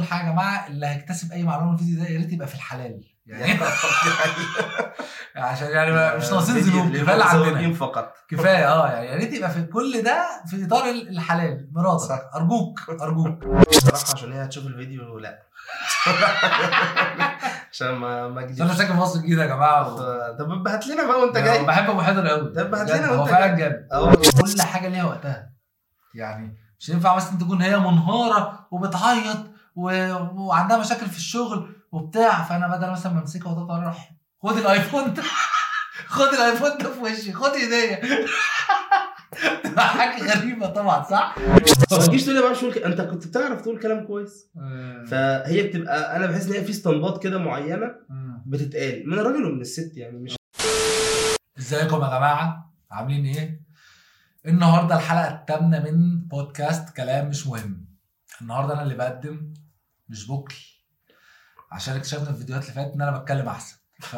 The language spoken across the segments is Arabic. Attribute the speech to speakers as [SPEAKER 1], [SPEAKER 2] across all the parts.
[SPEAKER 1] بنقول حاجه يا جماعه، اللي هيكتسب اي معلومه من الفيديو ده يا ريت يبقى في الحلال يعني عشان يعني مش ناقصين ذنوب، كفايه اللي عندنا
[SPEAKER 2] فقط
[SPEAKER 1] كفايه. يعني يا ريت يبقى في كل ده في اطار الحلال. مراتك ارجوك
[SPEAKER 2] بصراحه عشان هي هتشوف الفيديو لا عشان ما اجيش.
[SPEAKER 1] انا ساكن في مصر الجديده يا جماعه
[SPEAKER 2] طب هات لنا بقى وانت جاي.
[SPEAKER 1] بحب ابو حيدر قوي.
[SPEAKER 2] طب هات لنا
[SPEAKER 1] هو فعلا جامد. كل حاجه ليها وقتها يعني. مش ينفع مثلا تكون هي منهاره وبتعيط وعندها مشاكل في الشغل وبتاع، فانا بدل مثلا ما امسكها وتطلع اروح خد الايفون ده خد الايفون ده في وشي، خد هديه حاجه غريبه طبعا صح.
[SPEAKER 2] ما تجيش تقول لي ما بعرفش انت كنت بتعرف تقول كلام كويس. فهي بتبقى انا بحس ان هي في استنباط كده معينه بتتقال من الراجل ومن الست يعني. مش
[SPEAKER 1] ازيكم يا جماعه، عاملين ايه؟ النهارده الحلقه الثامنه من بودكاست كلام مش مهم. النهارده انا اللي بقدم مش بوكل، عشان اكتشفنا في الفيديوهات اللي فاتت ان انا بتكلم احسن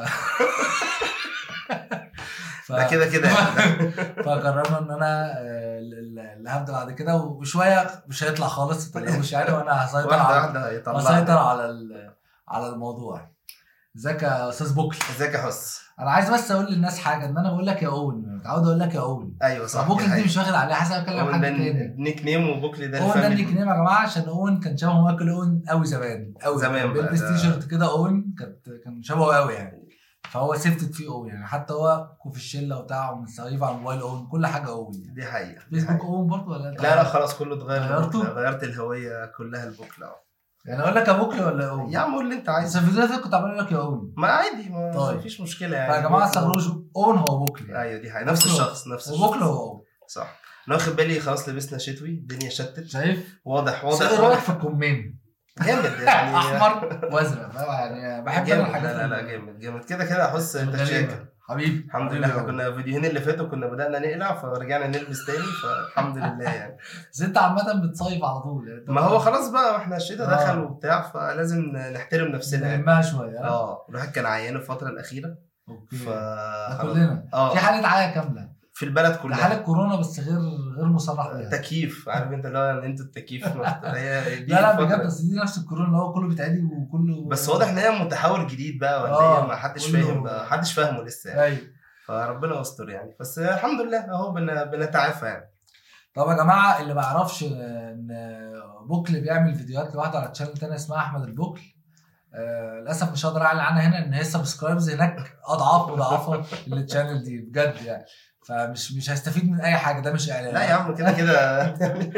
[SPEAKER 2] كده
[SPEAKER 1] فقررنا ان انا اللي هبدا بعد كده، وشويه مش هيطلع خالص متقلقوش يعني، وانا هسيطر على الموضوع. ازيك يا استاذ بوكل؟
[SPEAKER 2] ازيك يا حس؟
[SPEAKER 1] انا عايز بس اقول للناس حاجه، ان انا بقول لك يا اون، متعود اقول لك يا اون.
[SPEAKER 2] ايوه صح.
[SPEAKER 1] بوكل دي مش واخد عليها، حاسس اكلم حد تاني.
[SPEAKER 2] نيك نيم وبوكل ده
[SPEAKER 1] اون ده النيك نيم يا جماعه، عشان اون كان شبه مايكل اون قوي زمان بيلبس تي شيرت كده. اون كان شبهه قوي يعني، فهو سيفتد فيه اون يعني. حتى هو في الشله وبتاعه ومستضيف على الموبايل اون، كل حاجه اون يعني.
[SPEAKER 2] دي حقيقه.
[SPEAKER 1] فيسبوك اون برضه ولا انت؟
[SPEAKER 2] لا خلاص كله اتغير.
[SPEAKER 1] غيرت
[SPEAKER 2] الهويه كلها البوكل.
[SPEAKER 1] يعني اقول لك يا بوكل ولا اون؟
[SPEAKER 2] يا عم قول اللي انت عايزه.
[SPEAKER 1] بس الفيديوهات اللي كنت عامل لك يا اون.
[SPEAKER 2] ما عادي،
[SPEAKER 1] طيب
[SPEAKER 2] مفيش مشكله يعني.
[SPEAKER 1] فيا جماعه استغلوش اون هو بوكل يعني.
[SPEAKER 2] ايوه دي حقيقه، نفس الشخص
[SPEAKER 1] وبوكل هو اون
[SPEAKER 2] صح. انا واخد بالي خلاص لبسنا شتوي، الدنيا شتت.
[SPEAKER 1] شايف
[SPEAKER 2] واضح
[SPEAKER 1] ايه رايك في الكمين؟
[SPEAKER 2] جامد يعني
[SPEAKER 1] احمر وازرق يعني بحب انا الحاجات.
[SPEAKER 2] لا جامد كده احس انت شاكر
[SPEAKER 1] حبيبي.
[SPEAKER 2] الحمد لله. احنا كنا فيديوهين اللي فاتوا كنا بدأنا نقلع فرجعنا نلبس تاني، فالحمد لله يعني.
[SPEAKER 1] بس انت عامه بتصيف على طول يعني.
[SPEAKER 2] ما هو خلاص بقى احنا الشتاء دخل وبتاع، فلازم نحترم نفسنا
[SPEAKER 1] نلمها شويه.
[SPEAKER 2] الواحد كان عيان الفتره الاخيره.
[SPEAKER 1] اوكي كلنا في حاله عيا كامله
[SPEAKER 2] في البلد كلها،
[SPEAKER 1] حاله كورونا بس غير مصرح بيها.
[SPEAKER 2] تكييف، عارف انت اللي هو انتوا التكييف
[SPEAKER 1] لا بجد، بس دي نفس الكورونا اللي هو كله بيتعدي وكله.
[SPEAKER 2] بس واضح ان هي متحول جديد بقى ولا ايه؟ ما حدش فاهم بقى، محدش فاهمه لسه يعني.
[SPEAKER 1] ايوه
[SPEAKER 2] فربنا يستر يعني. بس الحمد لله اهو بنتعافى يعني.
[SPEAKER 1] طب يا جماعه اللي ما يعرفش ان بوكل بيعمل فيديوهات لوحده على تشانل تاني اسمها احمد البوكل، للاسف مش هقدر اعلن عنها هنا، ان هي سبسكرايبز هناك اضعاف مضاعفه للتشانل دي بجد يعني. فمش هستفيد من اي حاجه، ده مش اعلان.
[SPEAKER 2] لا يا عم كده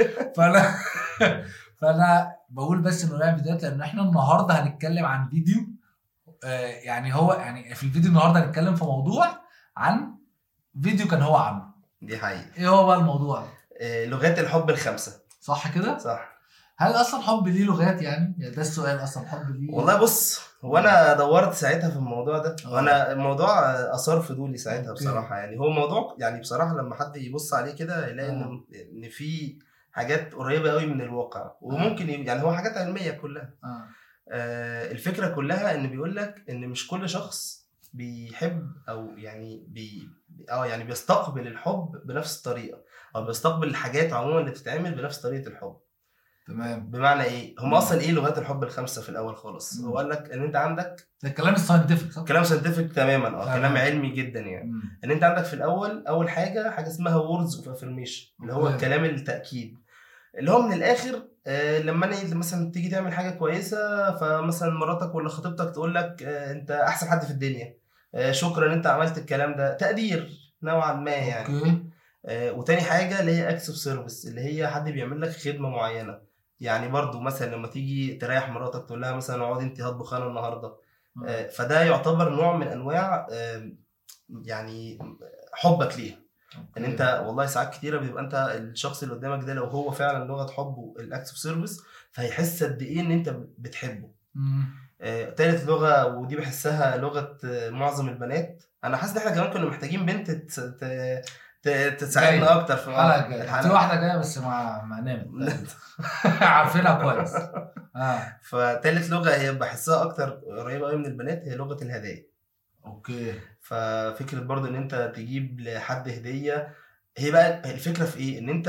[SPEAKER 1] فانا بقول بس انه نعمل فيديوهات، لان احنا النهارده هنتكلم عن فيديو يعني هو يعني في الفيديو النهارده هنتكلم في موضوع عن فيديو كان هو عامله.
[SPEAKER 2] دي حقيقة.
[SPEAKER 1] ايه هو بقى الموضوع؟
[SPEAKER 2] لغات الحب ال5.
[SPEAKER 1] صح كده؟
[SPEAKER 2] صح.
[SPEAKER 1] هل اصلا حب ليه لغات يعني ده السؤال، اصلا حب ليه؟
[SPEAKER 2] والله بص، هو انا دورت ساعتها في الموضوع ده، وانا الموضوع اثار فضولي ساعتها بصراحه يعني. هو موضوع يعني بصراحه لما حد يبص عليه كده يلاقي ان في حاجات قريبه قوي من الواقع، وممكن يعني هو حاجات علميه كلها. الفكره كلها ان بيقول لك ان مش كل شخص بيحب او يعني يعني بيستقبل الحب بنفس الطريقه، او بيستقبل الحاجات عموما اللي بتتعمل بنفس طريقه الحب.
[SPEAKER 1] تمام.
[SPEAKER 2] بمعنى ايه؟ هم اصلا ايه لغات الحب ال5 في الاول خالص؟ هو قال لك ان انت عندك
[SPEAKER 1] ده الكلام الساينتفك صح؟
[SPEAKER 2] كلام ساينتفك تماما. كلام علمي جدا يعني. ان انت عندك في الاول اول حاجه اسمها words of affirmation، اللي هو الكلام التاكيد، اللي هو من الاخر لما انا مثلا تيجي تعمل حاجه كويسه، فمثلا مراتك ولا خطيبتك تقول لك انت احسن حد في الدنيا، شكرا ان انت عملت الكلام ده، تقدير نوعا ما يعني. وتاني حاجه اللي هي acts of service، اللي هي حد بيعمل لك خدمه معينه يعني. برضو مثلا لما تيجي تريح مراتك تقول لها مثلا اقعدي انت هطبخ انا النهارده، فده يعتبر نوع من انواع يعني حبك ليها. ان انت والله ساعات كتيره بيبقى انت الشخص اللي قدامك ده لو هو فعلا لغه حبه الاكت اوف سيرفيس، فهيحس قد ايه ان انت بتحبه. تالت لغه، ودي بحسها لغه معظم البنات، انا حاسس ان احنا كمان كنا محتاجين بنت تساعدنا اكتر في
[SPEAKER 1] الحلقه. في واحده جايه بس ما نامت عارفينها كويس.
[SPEAKER 2] فتالت لغه هي بحسها اكتر قريبه قوي من البنات، هي لغه الهدايا.
[SPEAKER 1] اوكي.
[SPEAKER 2] ففكره برضو ان انت تجيب لحد هديه، هي بقى الفكره في ايه؟ ان انت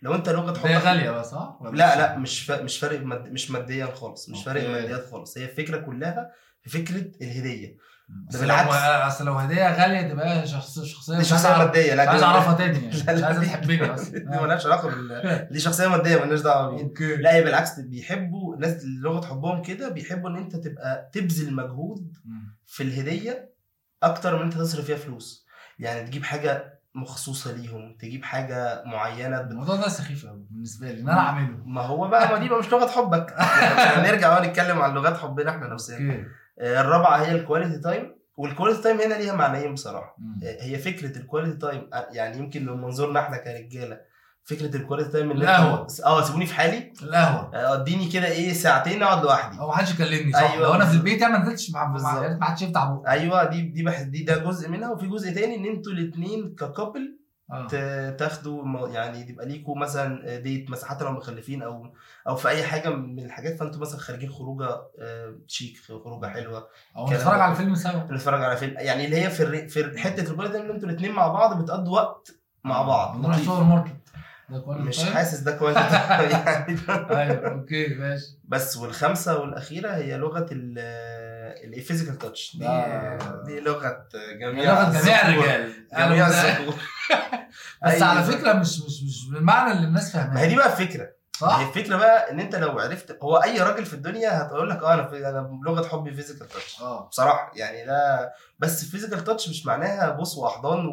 [SPEAKER 2] لو انت لغه حبك
[SPEAKER 1] هي غاليه بس صح؟
[SPEAKER 2] لا مش فارق مش ماديا خالص، مش فارق ماديات خالص. هي الفكره كلها في فكره الهديه.
[SPEAKER 1] ده بالعكس، اصل لو هديه غاليه تبقى شخصيه
[SPEAKER 2] ماديه. لا
[SPEAKER 1] عايز اعرفها تاني يعني. مش عايز تحبني
[SPEAKER 2] اصلا. دي مالهاش علاقه دي شخصيه ماديه مالناش دعوه بيها. لا هي بالعكس، بيحبوا الناس اللي لغه حبهم كده، بيحبوا ان انت تبقى تبذل مجهود في الهديه اكتر من انت تصرف فيها فلوس. يعني تجيب حاجه مخصوصه ليهم، تجيب حاجه معينه.
[SPEAKER 1] الموضوع ده سخيف قوي بالنسبه لي ان انا اعمله.
[SPEAKER 2] ما هو بقى ما دي بقى مش لغه حبك. يعني نرجع بقى نتكلم عن لغات حبنا احنا نفسنا. الرابعه هي الكواليتي تايم. والكواليتي تايم هنا ليها معنيين بصراحه. هي فكره الكواليتي تايم يعني يمكن من منظورنا احنا كرجاله، فكره الكواليتي تايم اللي سيبوني في حالي،
[SPEAKER 1] القهوه
[SPEAKER 2] اديني كده ايه ساعتين اقعد لوحدي،
[SPEAKER 1] او ما حدش يكلمني. صح. أيوة. لو انا في البيت ما نزلتش ما حدش يفتح بقه.
[SPEAKER 2] ايوه دي ده جزء منها. وفي جزء تاني ان انتوا الاثنين ككابل تاخدوا يعني يبقى ليكوا مثلا ديت مثلا، حتى لو مخلفين او في اي حاجه من الحاجات، فانتوا مثلا خارجين خروجه شيك، خروجه حلوه،
[SPEAKER 1] او نتفرج على فيلم سوا،
[SPEAKER 2] نتفرج على فيلم يعني اللي هي في حته الكواليتي ان انتوا الاثنين مع بعض بتقضوا وقت مع بعض.
[SPEAKER 1] نروح السوبر ماركت،
[SPEAKER 2] مش حاسس ده كويس يعني.
[SPEAKER 1] ايوه اوكي ماشي.
[SPEAKER 2] بس والخامسه والاخيره هي لغه الفيزيكال تاتش. دي لغه جميع
[SPEAKER 1] الرجال،
[SPEAKER 2] جميع الذكور.
[SPEAKER 1] بس على فكره مش بالمعنى اللي الناس فاهماه.
[SPEAKER 2] ما هي دي بقى الفكره. هي الفكره بقى ان انت لو عرفت، هو اي راجل في الدنيا هتقول لك انا بلغه حبي فيزيكال تاتش بصراحه يعني. لا بس الفيزيكال تاتش مش معناها بوس واحضان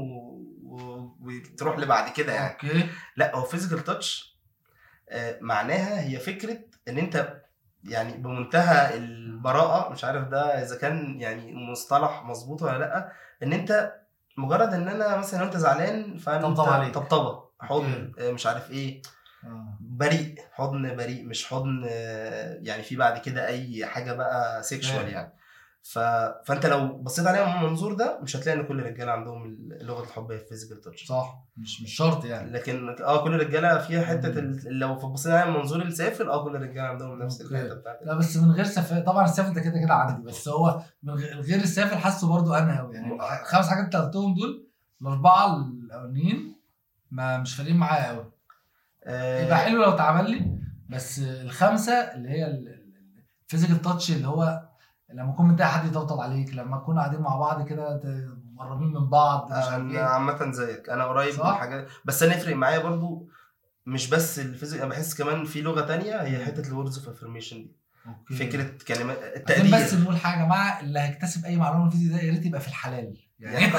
[SPEAKER 2] وتروح لبعد كده يعني.
[SPEAKER 1] اوكي.
[SPEAKER 2] لا هو فيزيكال تاتش معناها هي فكره ان انت يعني بمنتهى البراءه، مش عارف ده اذا كان يعني مصطلح مظبوط ولا لا، ان انت مجرد ان انا مثلا وانت زعلان فانت طبطبه حضن مش عارف ايه بريء، حضن بريء مش حضن يعني في بعد كده اي حاجه بقى سيكشوال يعني. فانت لو بصيت عليها من المنظور ده مش هتلاقي ان كل الرجاله عندهم لغه الحب هي فيزيكال تاتش.
[SPEAKER 1] صح. مش شرط يعني،
[SPEAKER 2] لكن كل الرجاله فيها حته لو بصينا عليها من منظور السافل كل الرجاله عندهم نفس الحته بتاعتها.
[SPEAKER 1] لا بس من غير سافل طبعا. السافل ده كده عندي، بس هو من غير السافل حاسه برضو انا قوي يعني. 5 حاجات انت قلتهم دول، الاربعه الاولانيين مش فارقين معايا قوي. يبقى حلو لو اتعمل لي. بس الخامسه اللي هي الفيزيكال تاتش، اللي هو لما يكون متضايق حد يطبطب عليك، لما نكون قاعدين مع بعض كده مقربين من بعض، مش عارف ايه.
[SPEAKER 2] عامه زيك انا قريب من الحاجات. بس انا يفرق معايا برضو مش بس الفيزيك، انا بحس كمان في لغه تانية هي حته الوردز اوف افرميشن دي.
[SPEAKER 1] أوكي.
[SPEAKER 2] فكره كلمات التقدير.
[SPEAKER 1] بس نقول حاجه مع اللي هيكتسب اي معلومه من الفيديو ده، يا ريت يبقى في الحلال يعني.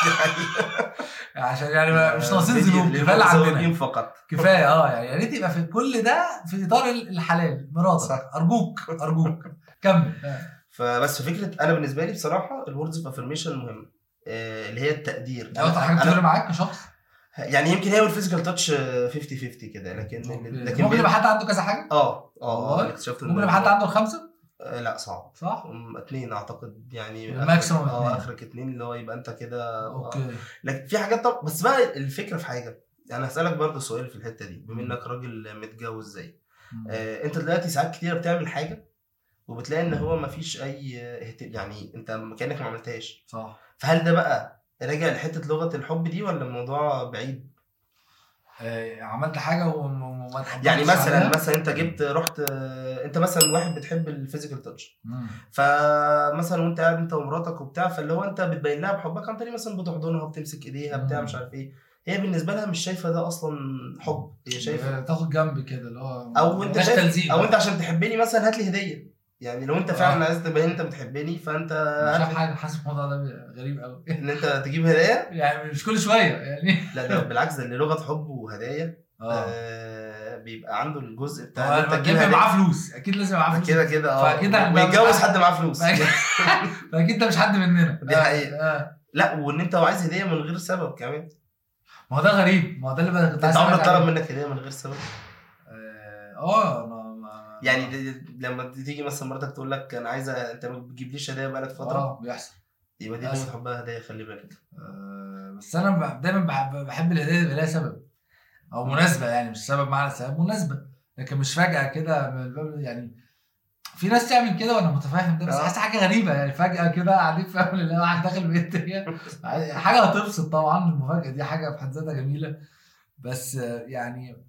[SPEAKER 1] عشان يعني مش ناقصين ذنوب، كفايه عندنا
[SPEAKER 2] فقط
[SPEAKER 1] كفايه. يعني يا ريت يبقى في كل ده في اطار الحلال. مراتك ارجوك كمل.
[SPEAKER 2] فبس فكره انا بالنسبه لي بصراحه الوردز اوف افرميشن مهم، اللي هي التقدير.
[SPEAKER 1] اكتر حاجه بتفرق معاك كشخص
[SPEAKER 2] يعني يمكن هي والفيزيكال تاتش 50-50 كده، لكن
[SPEAKER 1] ممكن يبقى حد عنده كذا حاجه.
[SPEAKER 2] اكتشفت
[SPEAKER 1] ممكن يبقى حد عنده الخمسه.
[SPEAKER 2] لا صعب.
[SPEAKER 1] صح
[SPEAKER 2] 2 اعتقد يعني
[SPEAKER 1] الماكسيموم.
[SPEAKER 2] اخرك 2 اللي هو يبقى انت كده.
[SPEAKER 1] اوكي.
[SPEAKER 2] لكن في حاجات بس بقى الفكره في حاجه يعني. هسالك برضو سؤال في الحته دي، بما انك راجل متجوز زي انت دلوقتي ساعات كتير بتعمل حاجه وبتلاقي ان هو مفيش اي يعني انت كانك ما عملتهاش.
[SPEAKER 1] صح.
[SPEAKER 2] فهل ده بقى راجع لحته لغه الحب دي ولا الموضوع بعيد؟
[SPEAKER 1] عملت حاجه وما
[SPEAKER 2] يعني مثلا انت رحت انت مثلا واحد بتحب الفيزيكال تاتش، فمثلا وانت قاعد انت ومراتك وبتاع، فاللي هو انت بتبين لها بحبك عن طريق مثلا بتحضنها بتمسك ايديها بتاع مش عارف ايه. هي بالنسبه لها مش شايفه ده اصلا حب، هي شايفه
[SPEAKER 1] تاخد جنب كده اللي هو
[SPEAKER 2] او انت شايف او انت عشان تحبني مثلا هات لي هديه. يعني لو انت فعلا عايز تبين انت بتحبني فانت
[SPEAKER 1] شايف حاجه. حاسس الموضوع ده غريب قوي
[SPEAKER 2] ان انت تجيب هدايا
[SPEAKER 1] يعني مش كل شويه يعني.
[SPEAKER 2] لا ده بالعكس، ده اللي لغه حب وهدايا بيبقى عنده الجزء بتاع انت تجيب
[SPEAKER 1] معاه فلوس. اكيد لازم معاه فلوس
[SPEAKER 2] كده
[SPEAKER 1] فاكيد
[SPEAKER 2] ويتجوز حد معاه فلوس.
[SPEAKER 1] فاكيد انت مش حد مننا.
[SPEAKER 2] دي حقيقه. لا وان انت عايز هديه من غير سبب كمان.
[SPEAKER 1] ما هو ده غريب. ما هو ده اللي
[SPEAKER 2] كنت عايز عمرك طلب منك هديه من غير سبب؟ يعني لما تيجي مثلا مراتك تقول لك انا عايزه انت ما بتجيبليش هديه بقالك فتره.
[SPEAKER 1] بيحصل.
[SPEAKER 2] يبقى دي لازم تحبها هديه، خلي بالك.
[SPEAKER 1] بس انا دايما بحب الهديه يبقى لها سبب او مناسبه يعني. مش سبب معنى سبب، مناسبه. لكن مش فجاه كده من الباب يعني. في ناس تعمل كده وانا متفاهم ده، بس حاسس حاجه غريبه يعني. فجاه كده قاعدين في اول اللي واحد داخل بيت حاجه هتبسط طبعا. المفاجاه دي حاجه في حد ذاتها جميله، بس يعني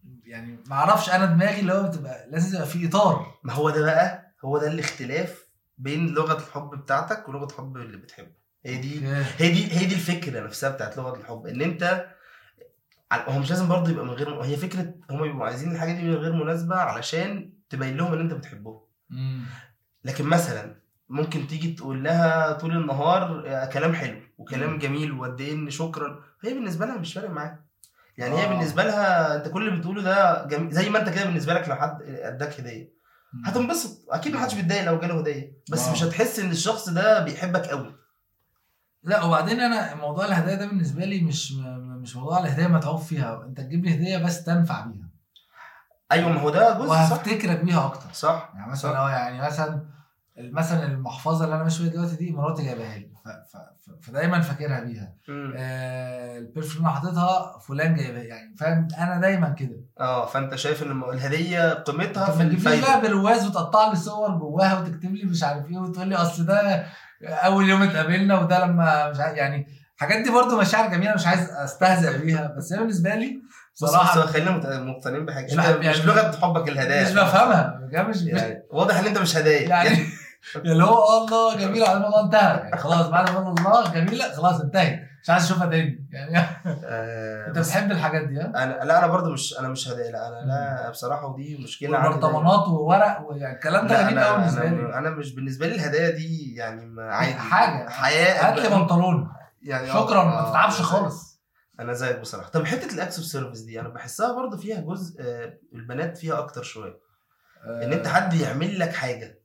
[SPEAKER 1] يعني ما اعرفش، انا دماغي اللي هو بتبقى لازم يبقى في اطار.
[SPEAKER 2] ما هو ده بقى، هو ده الاختلاف بين لغه الحب بتاعتك ولغه الحب اللي بتحبه. هي دي الفكره نفسها بتاعت لغه الحب، ان انت هو مش لازم برضه يبقى من غير، هي فكره هم بيبقوا عايزين الحاجه دي من غير مناسبه علشان تبين لهم ان انت بتحبهم. لكن مثلا ممكن تيجي تقول لها طول النهار كلام حلو وكلام جميل وقد ايه ان شكرا، هي بالنسبه لها مش فارق معاها. يعني هي بالنسبه لها انت كل اللي بتقوله ده جميل، زي ما انت كده بالنسبه لك لو حد اداك هديه هتنبسط اكيد، محدش بيتضايق لو جاله هديه، بس مش هتحس ان الشخص ده بيحبك قوي.
[SPEAKER 1] لا وبعدين انا موضوع الهدايا ده بالنسبه لي مش موضوع الهديه متعوب فيها، انت تجيب لي هديه بس تنفع بيها.
[SPEAKER 2] ايوه ما هو ده جزء صح،
[SPEAKER 1] وهفتكرك بيها اكتر.
[SPEAKER 2] صح
[SPEAKER 1] يعني مثلا يعني مثلا المحفظه اللي انا ماشي بيها دلوقتي دي مراتي جايباها لي، فدايما فاكرها بيها. البرفيوم اللي حاططها فلان جايبها، يعني فاهم انا دايما كده.
[SPEAKER 2] فانت شايف ان الهديه قيمتها في
[SPEAKER 1] الفايده. بقى برواز وتقطع لي صور جواها وتكتب لي مش عارف ايه وتقول لي اصل ده اول يوم اتقابلنا وده لما مش عارف، يعني الحاجات دي برضو مشاعر جميله مش عايز استهزئ بيها، بس هي بالنسبه لي
[SPEAKER 2] بصراحه بس خلينا مقتنعين بحاجه، انت مش لغه حبك الهدايا،
[SPEAKER 1] مش بفهمها مش
[SPEAKER 2] يعني واضح ان انت مش هدايا
[SPEAKER 1] يعني اللي هو الله جميله على الموضوع انتهى، يعني خلاص بعد ما الله جميله خلاص انتهت مش عايز اشوفها تاني يعني. انت بتحب الحاجات دي؟
[SPEAKER 2] انا برضو مش هدايا، لا انا لا بصراحه، ودي مشكله عندي.
[SPEAKER 1] برطمانات وورق ويعني الكلام ده غريب قوي بالنسبه لي.
[SPEAKER 2] انا مش بالنسبه لي الهدايا دي يعني عادي
[SPEAKER 1] حاجه
[SPEAKER 2] حياه،
[SPEAKER 1] هات لي بنطلون يعني شكرا ما تتعبش خالص.
[SPEAKER 2] انا زيك بصراحه. طب حته الاكس اوف سيرفيس دي انا بحسها برضو فيها جزء البنات فيها اكتر شويه، ان انت حد يعمل لك حاجه.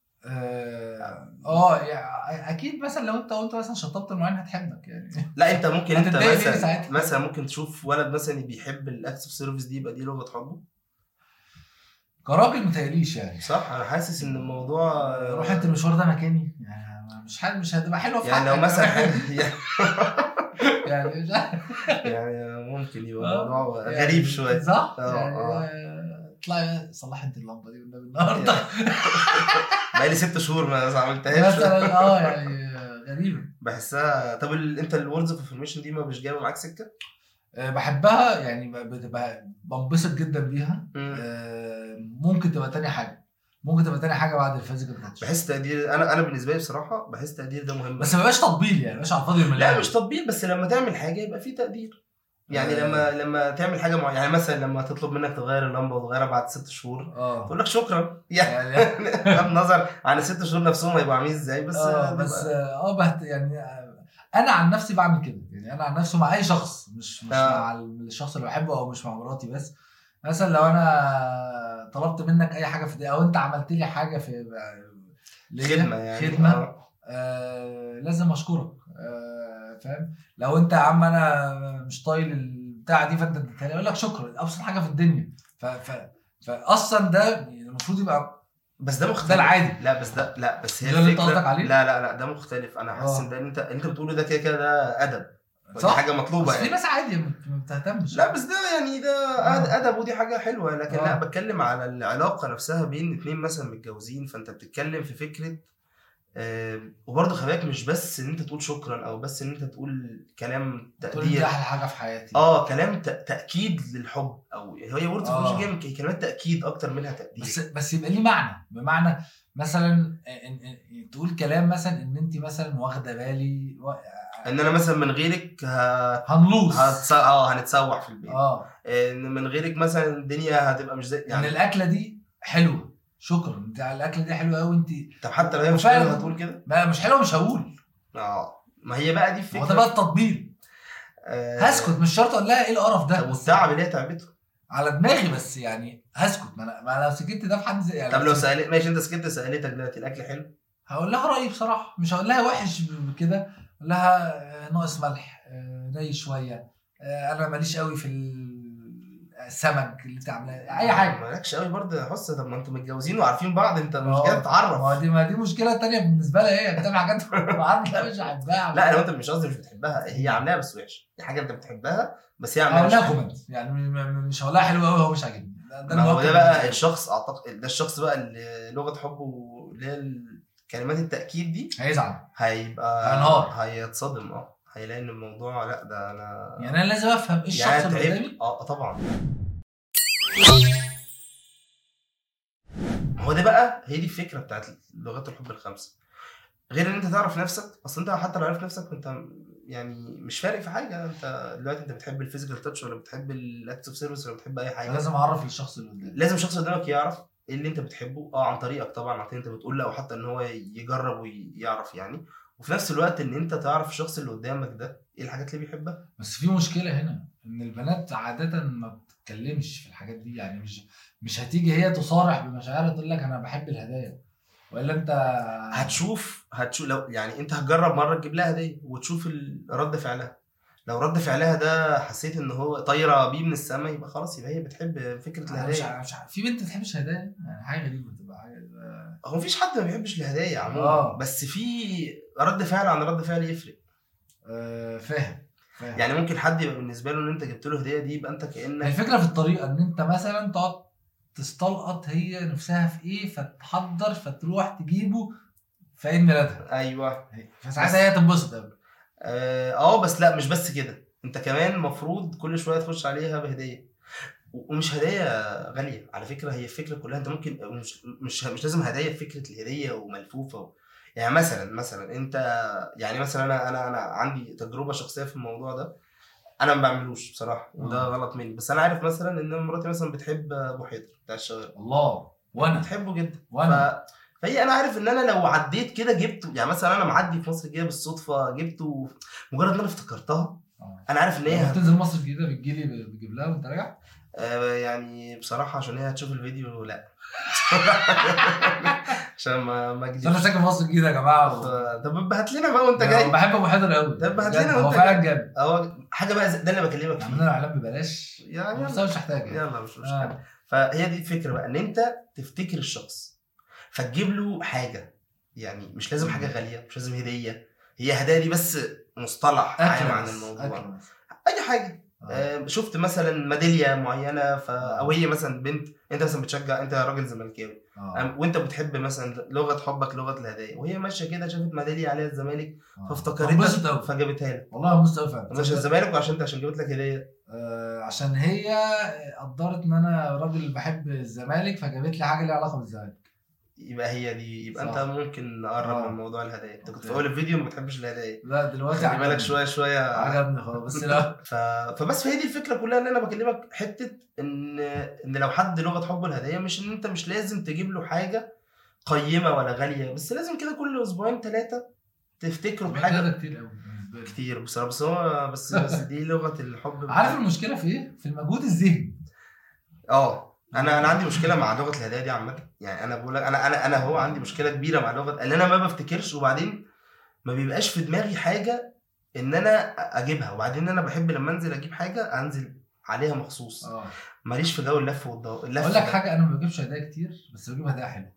[SPEAKER 1] يعني اكيد مثلا لو انت مثلا شطبت المعين هتحبك يعني.
[SPEAKER 2] لا انت ممكن انت مثلا ممكن تشوف ولد مثلا بيحب الاكس اوف سيرفيس دي، يبقى دي لغه حبه
[SPEAKER 1] كراجل متهيأليش يعني.
[SPEAKER 2] صح، انا حاسس ان الموضوع
[SPEAKER 1] روح انت المشوار ده مكاني يعني، مش هتبقى حلوه في
[SPEAKER 2] يعني لو مثلا
[SPEAKER 1] يعني
[SPEAKER 2] يعني ممكن يبقى الموضوع غريب شويه
[SPEAKER 1] صح. اطلعي صلح انت اللمبه دي والنبي النهارده.
[SPEAKER 2] بقالي 6 شهور ما عملتهاش
[SPEAKER 1] مثلا. يعني غريبه
[SPEAKER 2] بحسها. طب انت الوردز اوف انفورميشن دي ما مش جايبه معاك سكه؟
[SPEAKER 1] بحبها يعني، بتبقى بنبسط جدا بيها. ممكن تبقى تاني حاجه بعد الفيزيكال تاتش.
[SPEAKER 2] بحس تقدير، انا بالنسبه لي بصراحه بحس تقدير ده مهم،
[SPEAKER 1] بس ما يبقاش تطبيل يعني، مش على الفاضي المليان.
[SPEAKER 2] لا مش تطبيل، بس لما تعمل حاجه يبقى فيه تقدير يعني. لما تعمل حاجه معينه، يعني مثلا لما تطلب منك تغير اللمبه وتغيرها بعد 6 شهور تقول لك شكرا يعني. بغض النظر عن 6 شهور نفسهم هيبقوا عاملين ازاي، بس
[SPEAKER 1] يعني انا عن نفسي بعمل كده يعني. انا عن نفسي مع اي شخص، مش مع الشخص اللي بحبه او مش مع مراتي بس. مثلا لو انا طلبت منك اي حاجه في دي، او انت عملت لي حاجه في
[SPEAKER 2] خدمه يعني
[SPEAKER 1] لازم اشكرك. فاهم؟ لو انت يا عم انا مش طايل البتاعه دي فانت اديتها لي اقول لك شكرا، ابسط حاجه في الدنيا. فاصلا ده المفروض يبقى،
[SPEAKER 2] بس ده مختلف.
[SPEAKER 1] ده العادي.
[SPEAKER 2] لا بس هي
[SPEAKER 1] الفكره.
[SPEAKER 2] لا ده مختلف. انا حاسس ان ده انت بتقوله ده كده ده ادب، دي حاجه مطلوبه يعني.
[SPEAKER 1] في ناس عادي ما بتهتمش.
[SPEAKER 2] لا بس ده يعني ده ادب ودي حاجه حلوه، لكن لا بتكلم على العلاقه نفسها بين 2 مثلا متجوزين. فانت بتتكلم في فكره وبرضه خلي بالك مش بس ان انت تقول شكرا او بس ان انت تقول كلام تقدير،
[SPEAKER 1] ده احلى حاجه في حياتي.
[SPEAKER 2] كلام تاكيد للحب، او هي وردز اوف جيم كلمات تاكيد اكتر منها تقدير.
[SPEAKER 1] بس يبقى ليه معنى، بمعنى مثلا تقول كلام مثلا ان انت مثلا واخده بالي
[SPEAKER 2] ان انا مثلا من غيرك
[SPEAKER 1] هنلوص
[SPEAKER 2] هنتسوح في البيت. ان من غيرك مثلا الدنيا هتبقى مش زي يعني.
[SPEAKER 1] ان الاكله دي حلوه شكرا، انت على الاكل دي حلوه قوي انت.
[SPEAKER 2] طب حتى لو هي مش حلوه هتقول كده؟
[SPEAKER 1] ما مش حلوه مش هقول.
[SPEAKER 2] ما هي بقى دي الفكره.
[SPEAKER 1] هو ده بقى التطبيل. هسكت، مش شرط اقول لها ايه القرف ده.
[SPEAKER 2] طب والتعب اللي هي تعبته
[SPEAKER 1] على دماغي، بس يعني هسكت. ما لو سكت ده في حد زي يعني.
[SPEAKER 2] طب لو سالت ماشي، انت سكت سالتك دلوقتي الاكل حلو،
[SPEAKER 1] هقول لها رايي بصراحه، مش هقول لها وحش كده. اقول لها ناقص ملح، ني شويه، انا ماليش قوي في السمك اللي انت عاملاه، اي حاجه.
[SPEAKER 2] مالكش قوي برضه يا حس. طب ما انتوا متجوزين وعارفين بعض، انت مش جاي تتعرف.
[SPEAKER 1] ما دي مشكله تانية بالنسبه لها. هي بتعمل حاجات لا مش عاجباها.
[SPEAKER 2] لا لو انت مش قصدي مش بتحبها، هي عاملاها بس وحش، دي حاجه انت بتحبها بس هي عاملاها.
[SPEAKER 1] هقول لها كومنت يعني، مش هقول لها حلو قوي هو مش عاجبني.
[SPEAKER 2] ده بقى الشخص، اعتقد ده الشخص بقى اللي لغه حبه اللي هي كلمات التاكيد دي
[SPEAKER 1] هيزعل،
[SPEAKER 2] هيبقى
[SPEAKER 1] هينهار،
[SPEAKER 2] هيتصدم. هيلاقي ان الموضوع لا ده انا
[SPEAKER 1] يعني انا لازم افهم ايه الشخص اللي قدامي.
[SPEAKER 2] طبعا. هو ده بقى، هي دي الفكره بتاعت لغات الحب الخمسه. غير ان انت تعرف نفسك، اصل انت حتى لو عارف نفسك انت يعني مش فارق في حاجه. انت دلوقتي انت بتحب الفيزيكال تاتش ولا بتحب الاكتيف سيرفيس ولا بتحب اي حاجه.
[SPEAKER 1] لازم اعرف الشخص اللي قدامي،
[SPEAKER 2] لازم الشخص اللي قدامك يعرف ايه اللي انت بتحبه، عن طريقك طبعا، عن طريق انت بتقول له، او حتى ان هو يجرب ويعرف يعني. وفي نفس الوقت ان انت تعرف الشخص اللي قدامك ده ايه الحاجات اللي بيحبها.
[SPEAKER 1] بس في مشكله هنا، ان البنات عاده ما بتتكلمش في الحاجات دي، يعني مش هتيجي هي تصارح بمشاعرها تقول لك انا بحب الهدايا، ولا انت
[SPEAKER 2] هتشوف لو يعني انت هتجرب مره تجيب لها هديه وتشوف رد فعلها. لو رد فعلها ده حسيت ان هو طايره بيه من السما، يبقى خلاص، يبقى هي بتحب فكره
[SPEAKER 1] أنا مش
[SPEAKER 2] الهدايا.
[SPEAKER 1] عارف في بنت ما بتحبش هدايا، يعني حاجه غريبه تبقى حاجه.
[SPEAKER 2] هو مفيش حد ما بيحبش الهدايا عموما، بس في رد فعل عن رد فعل يفرق.
[SPEAKER 1] فاهم.
[SPEAKER 2] يعني ممكن حد يبقى بالنسبه له ان انت جبت له هديه دي يبقى انت كانك،
[SPEAKER 1] الفكره في الطريقه، ان انت مثلا تقعد تستلقط هي نفسها في ايه، فتحضر فتروح تجيبه في عيد ميلادها.
[SPEAKER 2] ايوه،
[SPEAKER 1] فساعتها هي تنبسط قوي.
[SPEAKER 2] بس لا، مش بس كده، انت كمان المفروض كل شويه تخش عليها بهديه، ومش هدايا غاليه على فكره. هي الفكره كلها انت ممكن مش لازم هدايا فكره الهديه وملفوفه يعني مثلا انت، يعني مثلا انا عندي تجربه شخصيه في الموضوع ده. انا ما بعملوش بصراحه، وده غلط مني، بس انا عارف مثلا ان مراتي مثلا بتحب ابو حيدر بتاع الشوارع.
[SPEAKER 1] الله، وانا
[SPEAKER 2] بتحبه جدا.
[SPEAKER 1] وانا
[SPEAKER 2] فهي انا عارف ان انا لو عديت كده جبته، يعني مثلا انا معدي في مصر كده بالصدفه جبته، مجرد ان انا افتكرتها. انا عارف ان هي
[SPEAKER 1] لما بتنزل مصر الجديده بتجيب لها وانت راجع.
[SPEAKER 2] يعني بصراحه عشان هي هتشوف الفيديو، لا. عشان ما اكذبش.
[SPEAKER 1] انا ساكن في مصر الجديده يا جماعه
[SPEAKER 2] طب هات لنا بقى وانت جاي.
[SPEAKER 1] بحب ابو حيدر قوي.
[SPEAKER 2] طب هات لنا
[SPEAKER 1] هو فعلا جامد.
[SPEAKER 2] حاجه بقى ده اللي بكلمك فيه.
[SPEAKER 1] عملنا اعلان ببلاش
[SPEAKER 2] يعني
[SPEAKER 1] بس مش محتاج
[SPEAKER 2] يلا مش مشكله. فهي دي الفكره بقى، ان انت تفتكر الشخص فتجيب له حاجه. يعني مش لازم حاجه غاليه، مش لازم هديه. هي هدايا دي بس مصطلح عام عن الموضوع. اي حاجه. شفت مثلا ميداليه معينه او هي مثلا بنت، انت مثلا بتشجع، انت راجل زملكاوي وانت بتحب مثلا لغه حبك لغه الهدايا، وهي ماشيه كده شافت ميداليه عليها الزمالك فافتكرتها فجابتها لك.
[SPEAKER 1] والله مبسوط قوي فعلا.
[SPEAKER 2] مش الزمالك وعشان جابت لك هديه.
[SPEAKER 1] عشان هي قدرت ان انا راجل بحب الزمالك فجابت لي حاجه ليها علاقه بالزمالك.
[SPEAKER 2] يبقى هي دي، يبقى صح. انت ممكن نقرب من موضوع الهدايا. انت كنت في اول الفيديو ما بتحبش الهدايا،
[SPEAKER 1] لا دلوقتي
[SPEAKER 2] خلي بالك شويه
[SPEAKER 1] عجبني خلاص. بس لا
[SPEAKER 2] فبس هي دي الفكره كلها، ان انا بكلمك حته ان لو حد لغه حبه الهدايا، مش ان انت مش لازم تجيب له حاجه قيمه ولا غاليه، بس لازم كده كل اسبوعين 3 تفتكروا بحاجه.
[SPEAKER 1] ده كتير قوي
[SPEAKER 2] كتير بصراحه، بس هو بس دي لغه الحب.
[SPEAKER 1] عارف المشكله في ايه؟ في المجهود الذهني.
[SPEAKER 2] انا عندي مشكله مع لغه الهدايا دي عامه. يعني انا بقول لك انا هو عندي مشكله كبيره مع لغه، ان انا ما بفتكرش، وبعدين ما بيبقاش في دماغي حاجه ان انا اجيبها، وبعدين انا بحب لما انزل اجيب حاجه انزل عليها مخصوص. ماليش في جو اللف والدوران.
[SPEAKER 1] اقول لك حاجه، انا ما بجيبش هدايا كتير، بس بجيب هدايا حلوه.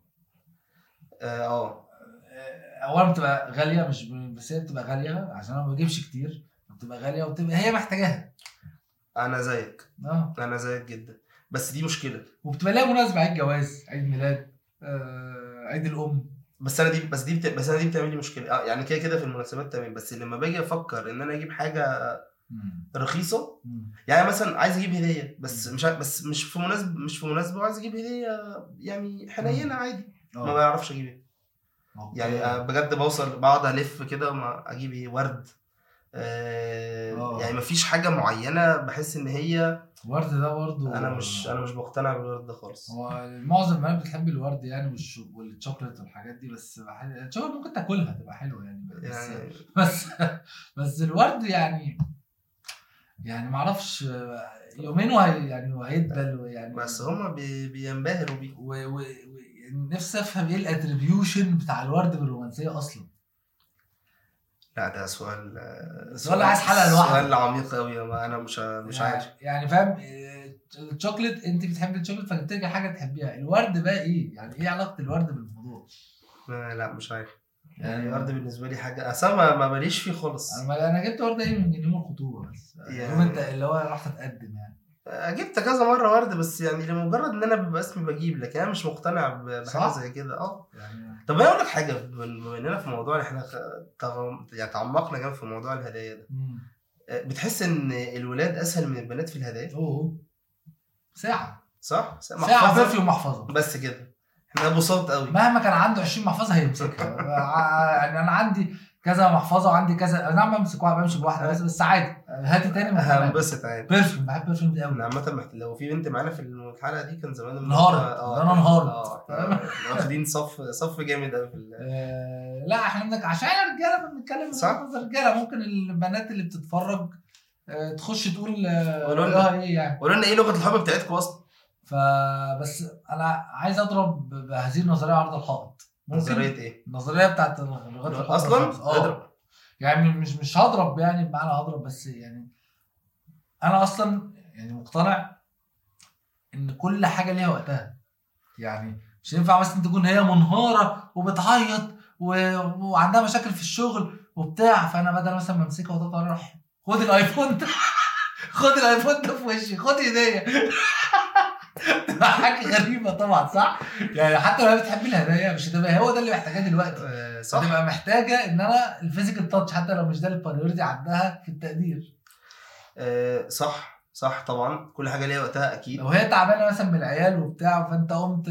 [SPEAKER 1] اولا بتبقى غاليه، مش بس هي بتبقى غاليه عشان انا ما بجيبش كتير، بتبقى غاليه وبتبقى هي محتاجاها.
[SPEAKER 2] انا زيك. انا زيك جدا، بس دي مشكله.
[SPEAKER 1] وبتبقى لها مناسبه، عيد جواز، عيد ميلاد، عيد الام.
[SPEAKER 2] بس انا دي بتعمل لي مشكله. يعني كده في المناسبات تمام، بس لما باجي افكر ان انا اجيب حاجه رخيصه، يعني مثلا عايز اجيب هديه، بس مش في مناسبه وعايز اجيب هديه يعني حنينه عادي، ما بعرفش اجيب ايه. يعني بجد بقعد الف كده وما اجيب ايه. ورد. يعني مفيش حاجه معينه بحس ان هي
[SPEAKER 1] الورد ده برضه. انا
[SPEAKER 2] مش مقتنع بالورد ده خالص.
[SPEAKER 1] هو معظم البنات بتحب الورد يعني، والشوكليت والحاجات دي، بس الشوكليت ممكن تاكلها تبقى حلوه يعني. بس الورد يعني معرفش، يومين وهيدبل يعني.
[SPEAKER 2] بس هما بينبهروا بيه.
[SPEAKER 1] نفسي افهم ايه الاتريبيوشن بتاع الورد بالرومانسيه اصلا.
[SPEAKER 2] لا ده سؤال
[SPEAKER 1] عايز حلقه لوحده.
[SPEAKER 2] سؤال عميق قوي، انا مش عارف
[SPEAKER 1] يعني فاهم. الشوكليت، انت بتحب الشوكليت فجبت لي حاجه تحبيها. الورد بقى ايه يعني؟ ايه علاقه الورد بالموضوع؟
[SPEAKER 2] لا مش عارف. يعني الورد بالنسبه لي حاجه اصلا ما ماليش فيه خالص.
[SPEAKER 1] انا جبت ورده ايه من يوم الخطوبه بس، يوم انت اللي هو رحت اتقدم يعني.
[SPEAKER 2] جبت كذا مره ورد، بس يعني لمجرد ان انا ببقى اسمي بجيب، لكن انا مش مقتنع بحاجه زي كده. يعني طب انا اقول لك حاجه، بما اننا في موضوع احنا يعني تعمقنا جامد في موضوع الهدايا ده. بتحس ان الولاد اسهل من البنات في الهدايا؟
[SPEAKER 1] ساعه
[SPEAKER 2] صح؟
[SPEAKER 1] ساعه برفيوم محفظه
[SPEAKER 2] بس كده. احنا بساط قوي.
[SPEAKER 1] مهما كان عنده 20 محفظه هيمسكها. يعني انا عندي كذا محفظه وعندي كذا، انا بمشي بواحده بس عادي، هاتي تاني
[SPEAKER 2] هنبسط عادي.
[SPEAKER 1] برفيوم، بحب برفيوم دي قوي.
[SPEAKER 2] انا عامه لو في بنت معانا في الحلقه دي كان زمان
[SPEAKER 1] انهارت. انا انهارت.
[SPEAKER 2] واخدين صف جامد قوي في
[SPEAKER 1] لا احنا عشان الرجاله بنتكلم
[SPEAKER 2] صح.
[SPEAKER 1] الرجاله ممكن البنات اللي بتتفرج تخش تقول
[SPEAKER 2] ايه يعني، قولوا لنا ايه لغه الحب بتاعتكم اصلا.
[SPEAKER 1] فبس انا عايز اضرب بهذه النظريه عرض الحائط.
[SPEAKER 2] نظريه ايه؟
[SPEAKER 1] النظريه بتاعت لغات الحب
[SPEAKER 2] اصلا اضرب
[SPEAKER 1] يعني مش هضرب يعني بمعنى هضرب، بس يعني انا اصلا يعني مقتنع ان كل حاجه ليها وقتها. يعني مش ينفع مثلا تكون هي منهاره وبتعيط وعندها مشاكل في الشغل وبتاع، فانا بدل مثلا ما امسكها وتطلع اروح خد الايفون ده خد الايفون ده في وشي، خد هديه تبقى حاجه غريبه طبعا صح. يعني حتى لو هي بتحب الهدايا مش هتبقى هو ده اللي محتاجاه دلوقتي.
[SPEAKER 2] صح.
[SPEAKER 1] هتبقى محتاجه ان انا الفيزيكال تاتش حتى لو مش ده البريورتي عندها في التقدير.
[SPEAKER 2] صح طبعا، كل حاجه ليها وقتها اكيد.
[SPEAKER 1] لو هي تعبانه مثلا من العيال وبتاع، فانت قمت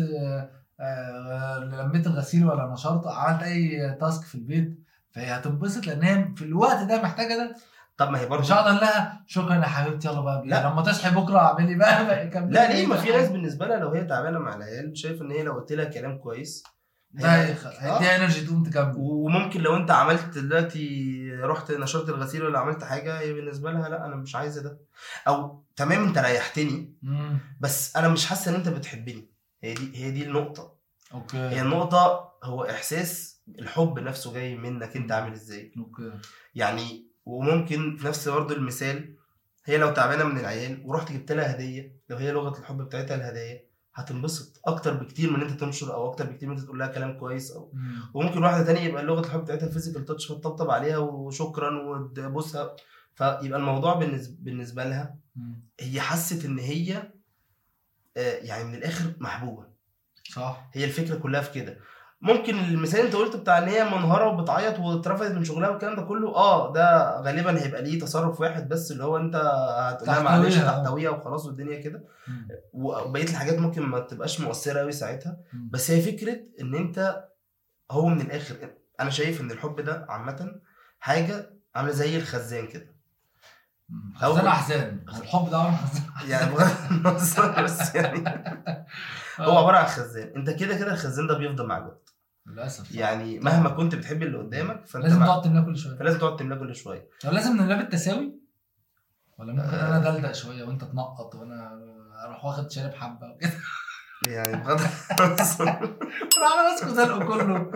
[SPEAKER 1] لميت الغسيل ولا نشرته، عملت اي تاسك في البيت، فهي هتنبسط لان هي في الوقت ده محتاجه ده.
[SPEAKER 2] طب ما هي برضه
[SPEAKER 1] مش هقدر لها شكرا يا حبيبتي يلا بقى لما تصحي بكره اعملي بقى كملي.
[SPEAKER 2] لا ليه، ما في ناس بالنسبه لها لو هي تعبانه مع العيال شايف ان هي لو قلت لها كلام كويس
[SPEAKER 1] هيديها انرجي تقوم تكمل.
[SPEAKER 2] وممكن لو انت عملت دلوقتي رحت نشرت الغسيل ولا عملت حاجه، هي بالنسبه لها لا انا مش عايزه ده، او تمام انت ريحتني بس انا مش حاسه ان انت بتحبني. هي دي النقطه.
[SPEAKER 1] اوكي.
[SPEAKER 2] هي النقطه، هو احساس الحب نفسه جاي منك انت عامل ازاي.
[SPEAKER 1] اوكي.
[SPEAKER 2] يعني وممكن في نفس برضه المثال، هي لو تعبانه من العيال ورحت جبت لها هديه، لو هي لغه الحب بتاعتها الهدايا هتنبسط اكتر بكتير من انت تنشر، او اكتر بكتير من انت تقول لها كلام كويس. او وممكن واحده تانية يبقى لغه الحب بتاعتها الفيزيكال تاتش، فتطبطب عليها وشكرا وتبوسها، فيبقى الموضوع بالنسبه لها هي حست ان هي يعني من الاخر محبوبه.
[SPEAKER 1] صح.
[SPEAKER 2] هي الفكره كلها في كده. ممكن المثال انت قلت بتاع ان هي منهاره وبتعيط واترفضت من شغلها والكلام ده كله، ده غالبا هيبقى ليه تصرف واحد بس، اللي هو انت هتقولها معلش تحتويها وخلاص والدنيا كده، وبقيه الحاجات ممكن ما تبقاش مؤثره قوي ساعتها. بس هي فكره ان انت هو من الاخر انا شايف ان الحب ده عامه حاجه عامله زي الخزان كده،
[SPEAKER 1] خزان احزان. الحب ده خزان
[SPEAKER 2] يعني بس يعني هو عباره عن خزان. انت كده الخزان ده بيفضل مع الوقت
[SPEAKER 1] للاسف.
[SPEAKER 2] يعني مهما كنت بتحب اللي قدامك فانت
[SPEAKER 1] لازم تقعد تملاه كل شويه.
[SPEAKER 2] فلازم تقعد تملاه كل شويه.
[SPEAKER 1] طب لازم نملاه بالتساوي ولا ممكن انا دلدق شويه وانت تنقط وانا اروح واخد شارب حبه وكده
[SPEAKER 2] يعني بغض
[SPEAKER 1] انا ماسكه زلقه كله.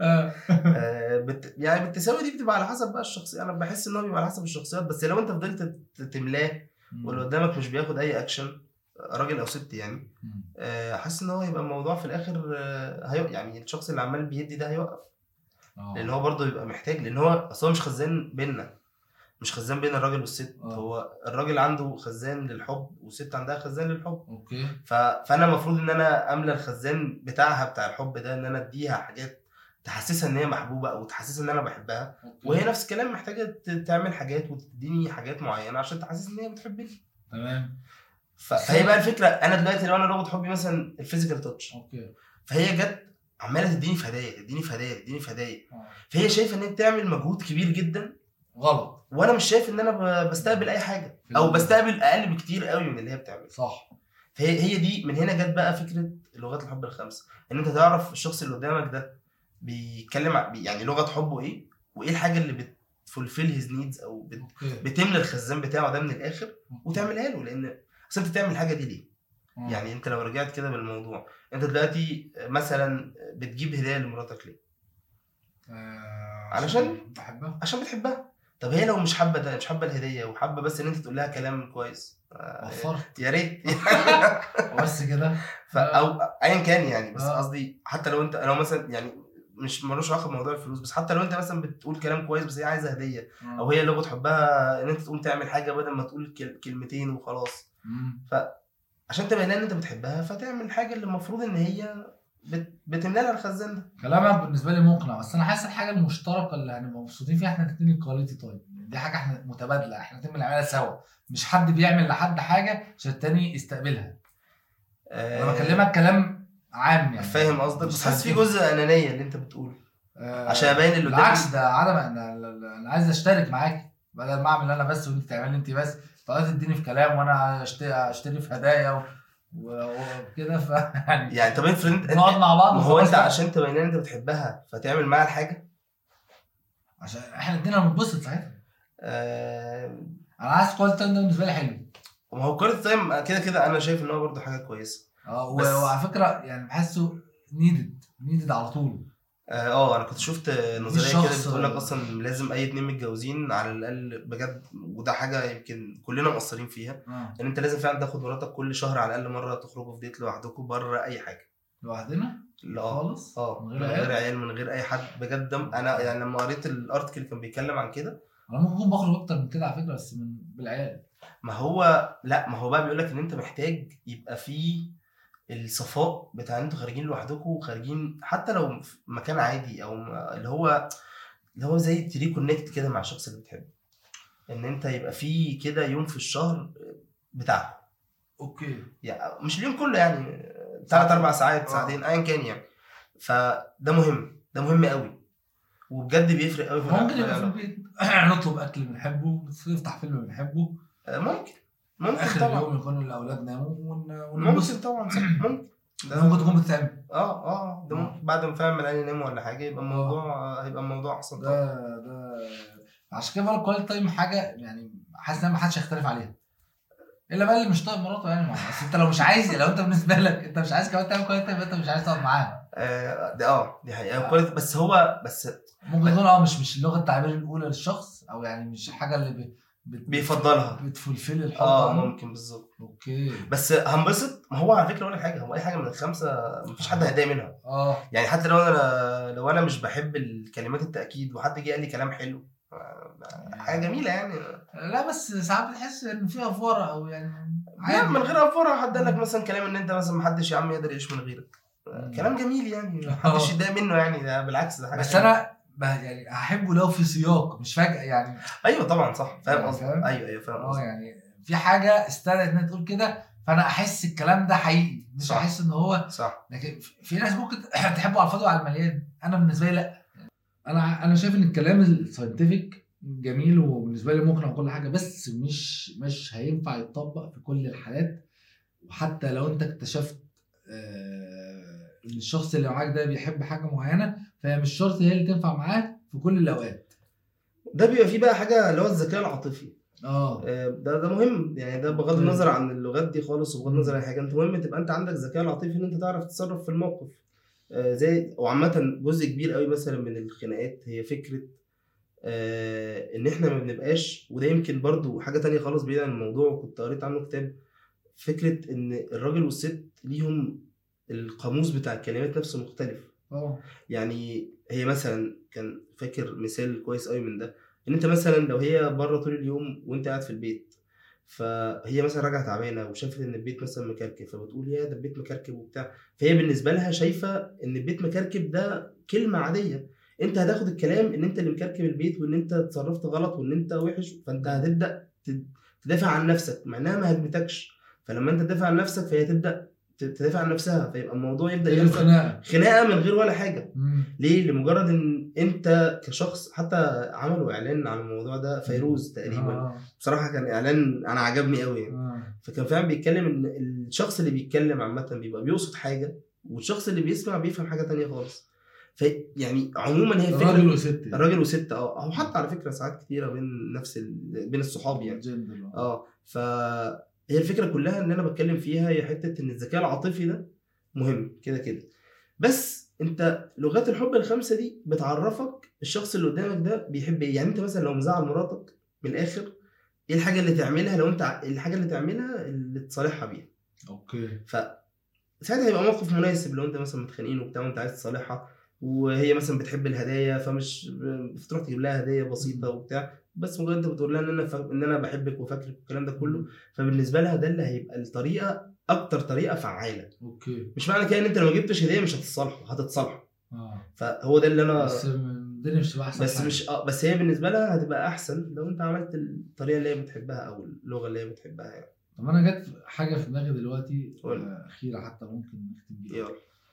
[SPEAKER 2] يعني بالتساوي دي بتبقى على حسب بقى الشخصيه. انا بحس ان هو بيبقى على حسب الشخصيات، بس لو انت فضلت تملاه واللي قدامك مش بياخد اي اكشن، راجل او ست يعني، حاسس ان هو يبقى الموضوع في الاخر يعني الشخص اللي عمال بيدي ده هيوقف. لان هو برضه يبقى محتاج، لان هو اصلا مش خزان بيننا، مش خزان بين الراجل والست. هو الراجل عنده خزان للحب والست عندها خزان للحب.
[SPEAKER 1] اوكي.
[SPEAKER 2] فانا المفروض ان انا املى الخزان بتاعها بتاع الحب ده، ان انا اديها حاجات تحسسها ان هي محبوبه او تحسسها ان انا بحبها. وهي نفس الكلام محتاجه تعمل حاجات وتديني حاجات معينه عشان تحسسني ان هي بتحبني.
[SPEAKER 1] تمام.
[SPEAKER 2] فهي بقى الفكره، انا دلوقتي لو انا لغه حبي مثلا الفيزيكال تاتش،
[SPEAKER 1] اوكي،
[SPEAKER 2] فهي جت عماله تديني في هدايا فهي شايفه ان هي بتعمل مجهود كبير جدا
[SPEAKER 1] غلط،
[SPEAKER 2] وانا مش شايف ان انا بستقبل اي حاجه او بستقبل اقل بكتير قوي من اللي هي بتعمله.
[SPEAKER 1] صح.
[SPEAKER 2] فهي دي من هنا جت بقى فكره لغات الحب الخمسه، ان انت تعرف الشخص اللي قدامك ده بيتكلم يعني لغه حبه ايه، وايه الحاجه اللي بتفولفيل هيز نيدز او بتملى الخزان بتاعه ده من الاخر وتعملها له. لان اصل انت تعمل الحاجه دي ليه؟ يعني انت لو رجعت كده بالموضوع، انت دلوقتي مثلا بتجيب هديه لمراتك ليه؟ عشان بتحبها. طب هي لو مش حابه ده، مش حابه الهديه وحابه بس ان انت تقول لها كلام كويس،
[SPEAKER 1] وفرت
[SPEAKER 2] يا ريت
[SPEAKER 1] بس كده.
[SPEAKER 2] او ايا كان يعني. بس قصدي حتى لو انت لو مثلا يعني مش ملوش علاقه بموضوع الفلوس، بس حتى لو انت مثلا بتقول كلام كويس بس هي عايزه هديه، او هي لغه حبها ان انت تقوم تعمل حاجه بدل ما تقول كلمتين وخلاص. فعشان تبين لها ان انت بتحبها فتعمل حاجه اللي المفروض ان هي بتملى لها الخزان ده.
[SPEAKER 1] كلامك بالنسبه لي مقنع، بس انا حاسس الحاجه المشتركه اللي هنبقى مبسوطين فيها احنا الاثنين الكواليتي تايم. دي حاجه احنا متبادله، احنا الاثنين بنعملها سوا، مش حد بيعمل لحد حاجه عشان التاني يستقبلها. انا بكلمك كلام عام يعني.
[SPEAKER 2] فاهم قصدك، بس حاسس في جزء انانيه اللي انت بتقوله عشان ابين اللي قدامي.
[SPEAKER 1] بالعكس ده عدم، انا عايز اشترك معاك بدل ما اعمل انا بس وانت تعمل انت بس، فقعدت تديني في كلام وانا اشتري في هدايا وكده
[SPEAKER 2] يعني طب افرض
[SPEAKER 1] نقعد مع بعض.
[SPEAKER 2] هو انت عشان تبين ان انت بتحبها فتعمل معاها الحاجه
[SPEAKER 1] عشان احنا الاتنين هنتبسط ساعتها. انا عايز كواليتي تايم، ده بالنسبه لي حلو.
[SPEAKER 2] ما هو كواليتي تايم كده انا شايف ان هو برضه حاجه كويسه.
[SPEAKER 1] وعلى فكره يعني بحسه نيدد على طول.
[SPEAKER 2] انا كنت شفت نظريه كده بتقول لك اصلا لازم اي اتنين متجوزين على الاقل بجد، وده حاجه يمكن كلنا مقصرين فيها، ان انت لازم فعلا تاخد مراتك كل شهر على الاقل مره تخرجوا في ديت لوحدكم بره اي حاجه.
[SPEAKER 1] لوحدنا؟
[SPEAKER 2] لا
[SPEAKER 1] خالص.
[SPEAKER 2] من غير عيال من غير اي حد بجد. انا يعني لما قريت الارتكل كان بيتكلم عن كده.
[SPEAKER 1] انا ممكن اكون بخرج اكتر من كده على فكره، بس بالعيال.
[SPEAKER 2] ما هو بقى بيقول لك ان انت محتاج يبقى فيه الصفاء بتاع انتوا خارجين لوحدكم وخارجين حتى لو في مكان عادي او اللي هو زي تري كونكت كده مع الشخص اللي بتحبه، ان انت يبقى فيه كده يوم في الشهر بتاعكم.
[SPEAKER 1] اوكي
[SPEAKER 2] يعني مش اليوم كله يعني 3-4 ساعات ساعتين ايا كان يعني. فده مهم قوي وبجد بيفرق قوي.
[SPEAKER 1] ممكن يبقى في البيت نطلب اكل بنحبه، نفتح فيلم بنحبه.
[SPEAKER 2] ممكن
[SPEAKER 1] اخر
[SPEAKER 2] طبعا
[SPEAKER 1] اليوم يكون الاولاد ناموا
[SPEAKER 2] ممكن طبعا صح.
[SPEAKER 1] ممكن تكون بتتعمل
[SPEAKER 2] ده ممكن بعد ما فاهم العيال يناموا ولا حاجه يبقى الموضوع هيبقى الموضوع احسن.
[SPEAKER 1] ده عشان كده بقى الكواليتي تايم حاجه يعني حاسس ان ما حدش هيختلف عليها الا بقى اللي مش طايق مراته يعني. بس انت لو مش عايز، لو انت بالنسبه لك انت مش عايز كمان تعمل كواليتي تايم، انت مش عايز تقعد معاها.
[SPEAKER 2] دي حقيقه. بس هو
[SPEAKER 1] ممكن يكون مش اللغه التعبير الاولى للشخص، او يعني مش الحاجه اللي
[SPEAKER 2] بيفضلها
[SPEAKER 1] بتفلفل الحب.
[SPEAKER 2] ممكن بالظبط.
[SPEAKER 1] اوكي
[SPEAKER 2] بس هنبسط. ما هو على فكره اقول لك حاجه، هو اي حاجه من الخمسه مفيش حد هيتضايق منها. يعني حتى لو انا مش بحب الكلمات التاكيد وحد جه قال لي كلام حلو، حاجه جميله يعني.
[SPEAKER 1] لا بس ساعات بتحس ان فيها افوره او يعني
[SPEAKER 2] عادي من غير افوره. حد قال لك مثلا كلام ان انت مثلا محدش يا عم يقدر يعيش من غيرك، كلام جميل يعني محدش يتضايق منه يعني. ده بالعكس ده حاجه
[SPEAKER 1] بس انا يعني احبه لو في سياق مش فجأة يعني.
[SPEAKER 2] ايوه طبعا صح فاهم قصدك. ايوه فاهم قصدك.
[SPEAKER 1] يعني في حاجه استدعت انها تقول كده، فانا احس الكلام ده حقيقي، مش احس ان هو
[SPEAKER 2] صح.
[SPEAKER 1] لكن في ناس ممكن تحبه على الفاضي وعلى المليان. انا بالنسبه لي لا. انا شايف ان الكلام الساينتفك جميل وبالنسبه لي مقنع وكل حاجه، بس مش هينفع يتطبق في كل الحالات. وحتى لو انت اكتشفت ان الشخص اللي معاك ده بيحب حاجه معينه، فهي مش شرط هي اللي تنفع معاك في كل الاوقات.
[SPEAKER 2] ده بيبقى فيه بقى حاجه اللي هو الذكاء العاطفي. ده مهم يعني. ده بغض النظر عن اللغات دي خالص وبغض النظر عن حاجه، انت مهم تبقى انت عندك ذكاء العاطفي ان انت تعرف تتصرف في الموقف. زي وعامه جزء كبير قوي مثلا من الخناقات هي فكره ان احنا ما بنبقاش. وده يمكن برضو حاجه تانية خالص بعيد عن الموضوع وكنت قريت عنه كتاب. فكره ان الراجل والست ليهم القاموس بتاع الكلمات نفسه مختلف. يعني هي مثلا كان فاكر مثال كويس قوي من ده، ان انت مثلا لو هي بره طول اليوم وانت قاعد في البيت، فهي مثلا راجعه تعبانه وشافت ان البيت مثلا مكركب، فبتقول يا ده البيت مكركب وبتاع. فهي بالنسبه لها شايفه ان البيت مكركب ده كلمه عاديه. انت هتاخد الكلام ان انت اللي مكركب البيت وان انت اتصرفت غلط وان انت وحش، فانت هتبدا تدافع عن نفسك مع انها ما هجمتكش. فلما انت تدافع عن نفسك فهي تبدا تدافع عن نفسها، فيبقى الموضوع يبدا يبقى خناقه من غير ولا حاجه. ليه؟ لمجرد ان انت كشخص. حتى عملوا اعلان عن الموضوع ده فيروز تقريبا. بصراحه كان اعلان انا عجبني قوي يعني. فكان فعلا بيتكلم ان الشخص اللي بيتكلم عامه بيبقى بيقصد حاجه والشخص اللي بيسمع بيفهم حاجه تانية خالص. يعني عموما هي فكره راجل وست او حتى على فكره ساعات كتيره بين الصحاب يعني. هي الفكره كلها ان انا بتكلم فيها هي حته ان الذكاء العاطفي ده مهم كده. بس انت لغات الحب الخمسه دي بتعرفك الشخص اللي قدامك ده بيحب ايه. يعني انت مثلا لو مزعل مراتك من الاخر، ايه الحاجه اللي تعملها؟ لو انت الحاجه اللي تعملها اللي تصالحها بيها.
[SPEAKER 1] اوكي.
[SPEAKER 2] ساعتها هيبقى موقف مناسب. لو انت مثلا متخانقين وبتاع وانت عايز تصالحها وهي مثلا بتحب الهدايا، فمش بتروح تجيب لها هديه بسيطه وبتاع، بس مجرد انت بتقول لها ان انا بحبك وفاكرك والكلام ده كله. فبالنسبه لها ده اللي هيبقى الطريقه اكتر طريقه فعاله.
[SPEAKER 1] اوكي.
[SPEAKER 2] مش معنى كده ان انت لو ما جبتش هديه مش هتتصالحوا، هتتصالحوا. فهو ده اللي انا
[SPEAKER 1] بس الدنيا مش هتبقى احسن
[SPEAKER 2] بس حاجة. مش بس هي بالنسبه لها هتبقى احسن لو انت عملت الطريقه اللي هي بتحبها او اللغه اللي هي بتحبها يعني.
[SPEAKER 1] طب انا جت حاجه في دماغي دلوقتي اخيره حتى ممكن نختم بيها.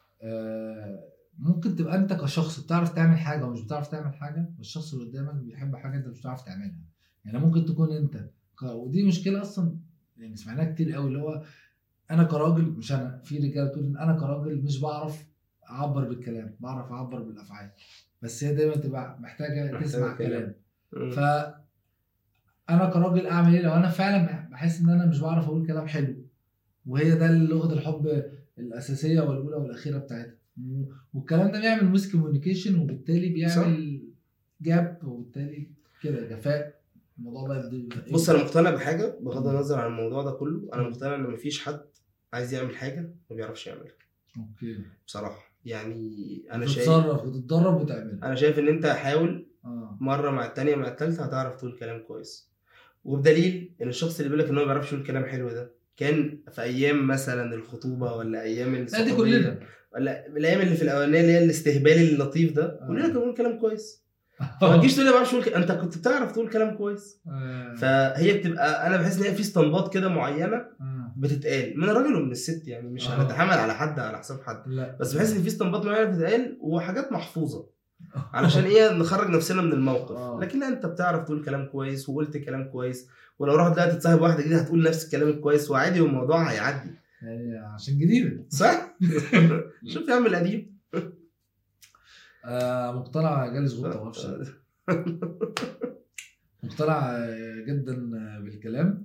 [SPEAKER 1] ممكن تبقى انت كشخص بتعرف تعمل حاجه ومش بتعرف تعمل حاجه، والشخص اللي قدامك بيحب حاجه انت مش بتعرف تعملها. يعني ممكن تكون انت ودي مشكله اصلا يعني سمعناها كتير قوي، اللي هو انا كراجل، مش انا، في رجاله تقول ان انا كراجل مش بعرف اعبر بالكلام، بعرف اعبر بالافعال، بس هي دايما تبقى محتاجه تسمع كلام. ف انا كراجل اعمل ايه لو انا فعلا بحس ان انا مش بعرف اقول كلام حلو، وهي ده لغه الحب الاساسيه والاولى والاخيره بتاعتها، والكلام ده بيعمل ميس كوميونيكيشن، وبالتالي بيعمل جاب، وبالتالي كده جفاء الموضوع بقى.
[SPEAKER 2] بص انا مقتنع بحاجه بغض النظر عن الموضوع ده كله، انا مقتنع ان مفيش حد عايز يعمل حاجه ما بيعرفش يعملها.
[SPEAKER 1] اوكي
[SPEAKER 2] بصراحه يعني انا
[SPEAKER 1] شايف تتصرف وتتدرب وتعملها.
[SPEAKER 2] انا شايف ان انت حاول مره مع الثانيه مع الثالثه هتعرف تقول كلام كويس، وبدليل ان الشخص اللي بيقول لك ان هو ما بيعرفش يقول كلام حلو ده كان في ايام مثلا الخطوبه ولا ايام
[SPEAKER 1] الصحوبيه كلنا،
[SPEAKER 2] ولا الايام اللي في الاولانيه اللي هي الاستهبال اللطيف ده، كلنا كنا بنقول كلام كويس. ما تجيش تقول لي ما بعرفش اقول انت كنت بتعرف تقول كلام كويس. فهي بتبقى انا بحس ان هي في استنباط كده معينه بتتقال من الراجل ومن الست، يعني مش هنتحمل على حد على حساب حد، بس بحس ان في استنباط معينه بتتقال وحاجات محفوظه علشان ايه نخرج نفسنا من الموقف. لكن انت بتعرف تقول كلام كويس وقلت كلام كويس، ولو رحت دلوقتي تصاحب واحده جديده هتقول نفس الكلام الكويس وعادي والموضوع هيعدي
[SPEAKER 1] عشان جديده
[SPEAKER 2] صح. شوف يا عم القديم.
[SPEAKER 1] مقتنع جالس غلطه معرفش مقتنع جدا بالكلام.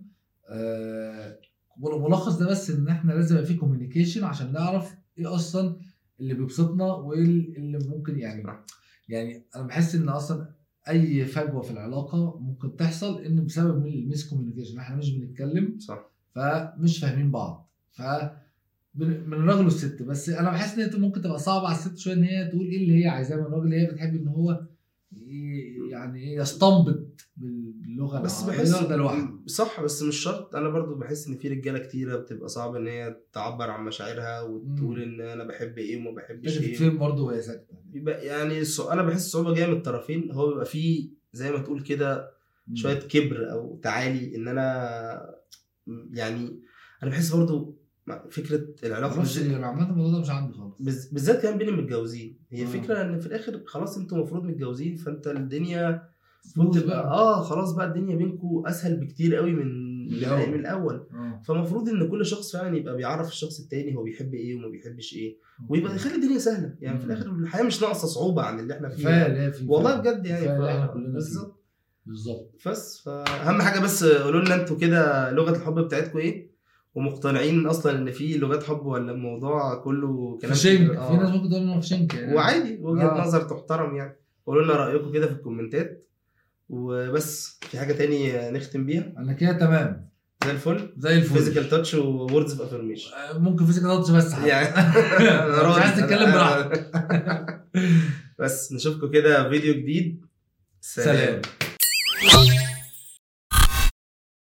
[SPEAKER 1] ملخص ده بس ان احنا لازم يبقى في كوميونيكيشن عشان نعرف ايه اصلا اللي بيبسطنا وايه اللي ممكن يعني انا بحس ان اصلا اي فجوه في العلاقه ممكن تحصل ان بسبب الميس كوميونيكيشن، احنا مش بنتكلم
[SPEAKER 2] صح،
[SPEAKER 1] فمش فاهمين بعض، من الراجل والست. بس انا بحس ان انت ممكن تبقى صعبه على الست شويه ان هي تقول ايه اللي هي عايزاه من الراجل. هي بتحب ان هو يعني يستنبط باللغه
[SPEAKER 2] بس بحس ده لوحده صح، بس مش شرط. انا برضو بحس ان في رجاله كتيره بتبقى صعب ان هي تعبر عن مشاعرها وتقول ان انا بحب ايه وما بحبش ايه،
[SPEAKER 1] تفهم برضو وهي ساكته.
[SPEAKER 2] يعني انا بحس الصعوبه جايه من الطرفين. هو بيبقى فيه زي ما تقول كده شويه كبر او تعالي، ان انا يعني انا بحس برضو فكره العلاقه
[SPEAKER 1] انا عامه الموضوع ده مش عندي خالص،
[SPEAKER 2] بالذات كمان بين المتجوزين. هي فكره ان في الاخر خلاص انتوا المفروض متجوزين، فانت الدنيا تبقى خلاص بقى الدنيا بينكم اسهل بكتير قوي من الاول. فمفروض ان كل شخص فعلا يبقى بيعرف الشخص التاني هو بيحب ايه وما بيحبش ايه، ويبقى يخلي الدنيا سهله. يعني في الاخر الحياه مش ناقصه صعوبه عن اللي احنا فيها والله بجد يعني. بالظبط. بس اهم حاجه بس قولوا لنا انتوا كده لغه الحب بتاعتكم ايه، ومقتنعين اصلا ان في لغات حب ولا الموضوع كله كلام
[SPEAKER 1] فشنك. في ناس ممكن تقول انه فشنك يعني،
[SPEAKER 2] وعادي وجهه نظر تحترم يعني. قولوا لنا رايكم كده في الكومنتات. وبس في حاجه تاني نختم بيها؟
[SPEAKER 1] انا كده تمام
[SPEAKER 2] زي الفل. فيزيكال تاتش ووردز اوف افرميشن.
[SPEAKER 1] ممكن فيزيكال تاتش بس يعني مش عايز تتكلم براحتك.
[SPEAKER 2] بس نشوفكم كده فيديو جديد. سلام.